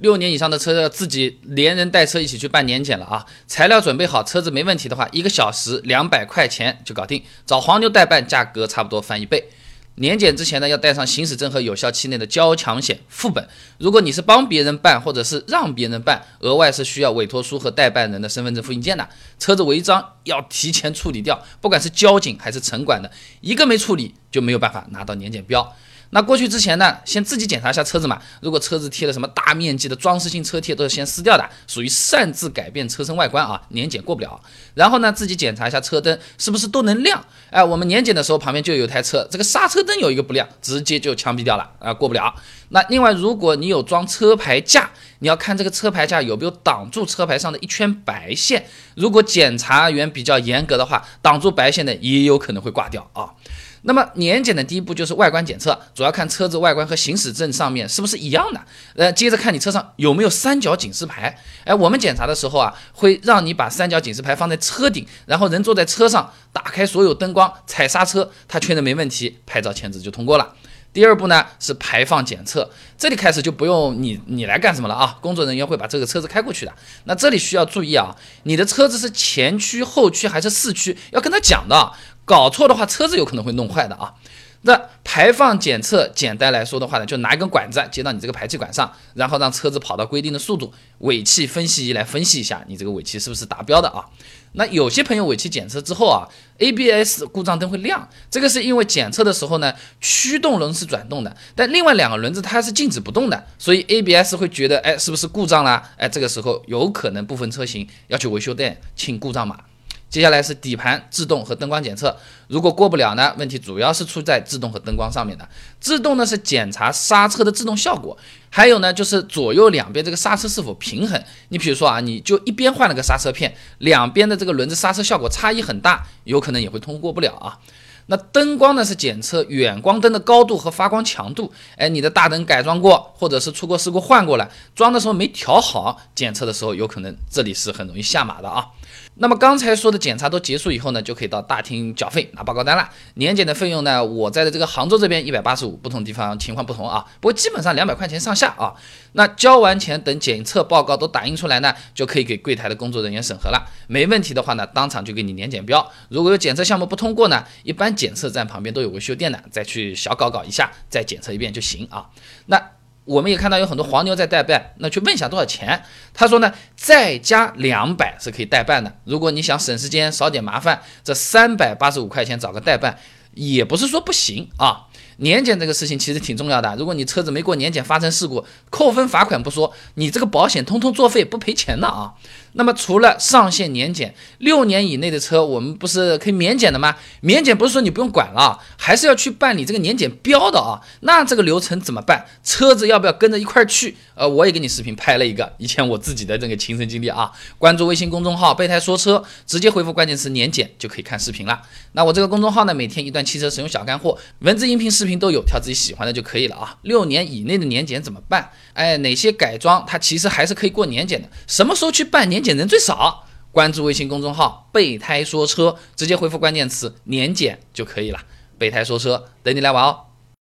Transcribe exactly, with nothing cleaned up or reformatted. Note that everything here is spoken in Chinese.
六年以上的车要自己连人带车一起去办年检了啊！材料准备好，车子没问题的话，一个小时两百块钱就搞定。找黄牛代办，价格差不多翻一倍。年检之前呢，要带上行驶证和有效期内的交强险副本。如果你是帮别人办或者是让别人办，额外是需要委托书和代办人的身份证复印件的。车子违章要提前处理掉，不管是交警还是城管的，一个没处理就没有办法拿到年检标。那过去之前呢，先自己检查一下车子嘛。如果车子贴了什么大面积的装饰性车贴，都是先撕掉的，属于擅自改变车身外观啊，年检过不了。然后呢，自己检查一下车灯是不是都能亮。哎，我们年检的时候旁边就有一台车，这个刹车灯有一个不亮，直接就枪毙掉了啊，过不了。那另外，如果你有装车牌架，你要看这个车牌架有没有挡住车牌上的一圈白线。如果检查员比较严格的话，挡住白线的也有可能会挂掉啊。那么年检的第一步就是外观检测，主要看车子外观和行驶证上面是不是一样的。呃，接着看你车上有没有三角警示牌。哎，我们检查的时候啊，会让你把三角警示牌放在车顶，然后人坐在车上，打开所有灯光，踩刹车，他确认没问题，拍照签字就通过了。第二步呢是排放检测，这里开始就不用你你来干什么了啊，工作人员会把这个车子开过去的。那这里需要注意啊，你的车子是前驱、后驱还是四驱，要跟他讲的，搞错的话车子有可能会弄坏的啊。那排放检测简单来说的话呢，就拿一根管子接到你这个排气管上，然后让车子跑到规定的速度，尾气分析仪来分析一下你这个尾气是不是达标的啊。那有些朋友尾气检测之后啊 A B S 故障灯会亮，这个是因为检测的时候呢，驱动轮是转动的，但另外两个轮子它是静止不动的，所以 A B S 会觉得哎是不是故障啦？哎，这个时候有可能部分车型要去维修店请故障码。接下来是底盘、制动和灯光检测，如果过不了呢，问题主要是出在制动和灯光上面的。制动呢是检查刹车的制动效果，还有呢就是左右两边这个刹车是否平衡。你比如说啊，你就一边换了个刹车片，两边的这个轮子刹车效果差异很大，有可能也会通过不了啊。那灯光呢是检测远光灯的高度和发光强度，哎，你的大灯改装过，或者是出过事故换过了，装的时候没调好，检测的时候有可能这里是很容易下马的啊。那么刚才说的检查都结束以后呢，就可以到大厅缴费拿报告单了。年检的费用呢，我在的这个杭州这边一百八十五，不同地方情况不同啊，不过基本上两百块钱上下啊。那交完钱，等检测报告都打印出来呢，就可以给柜台的工作人员审核了。没问题的话呢，当场就给你年检标。如果有检测项目不通过呢，一般检测站旁边都有维修店的，再去小搞搞一下，再检测一遍就行啊。那我们也看到有很多黄牛在代办，那去问一下多少钱。他说呢，再加两百是可以代办的。如果你想省时间少点麻烦，这三百八十五块钱找个代办也不是说不行啊。年检这个事情其实挺重要的，如果你车子没过年检发生事故，扣分罚款不说，你这个保险通通作废不赔钱的啊。那么除了上线年检，六年以内的车我们不是可以免检的吗？免检不是说你不用管了，还是要去办理这个年检标的啊。那这个流程怎么办？车子要不要跟着一块去？呃，我也给你视频拍了一个，以前我自己的这个亲身经历啊。关注微信公众号备胎说车，直接回复关键词年检就可以看视频了。那我这个公众号呢，每天一段汽车使用小干货，文字、音频、视频都有，挑自己喜欢的就可以了啊。六年以内的年检怎么办？哎，哪些改装它其实还是可以过年检的？什么时候去办年检人最少？关注微信公众号备胎说车，直接回复关键词年检就可以了。备胎说车，等你来玩哦。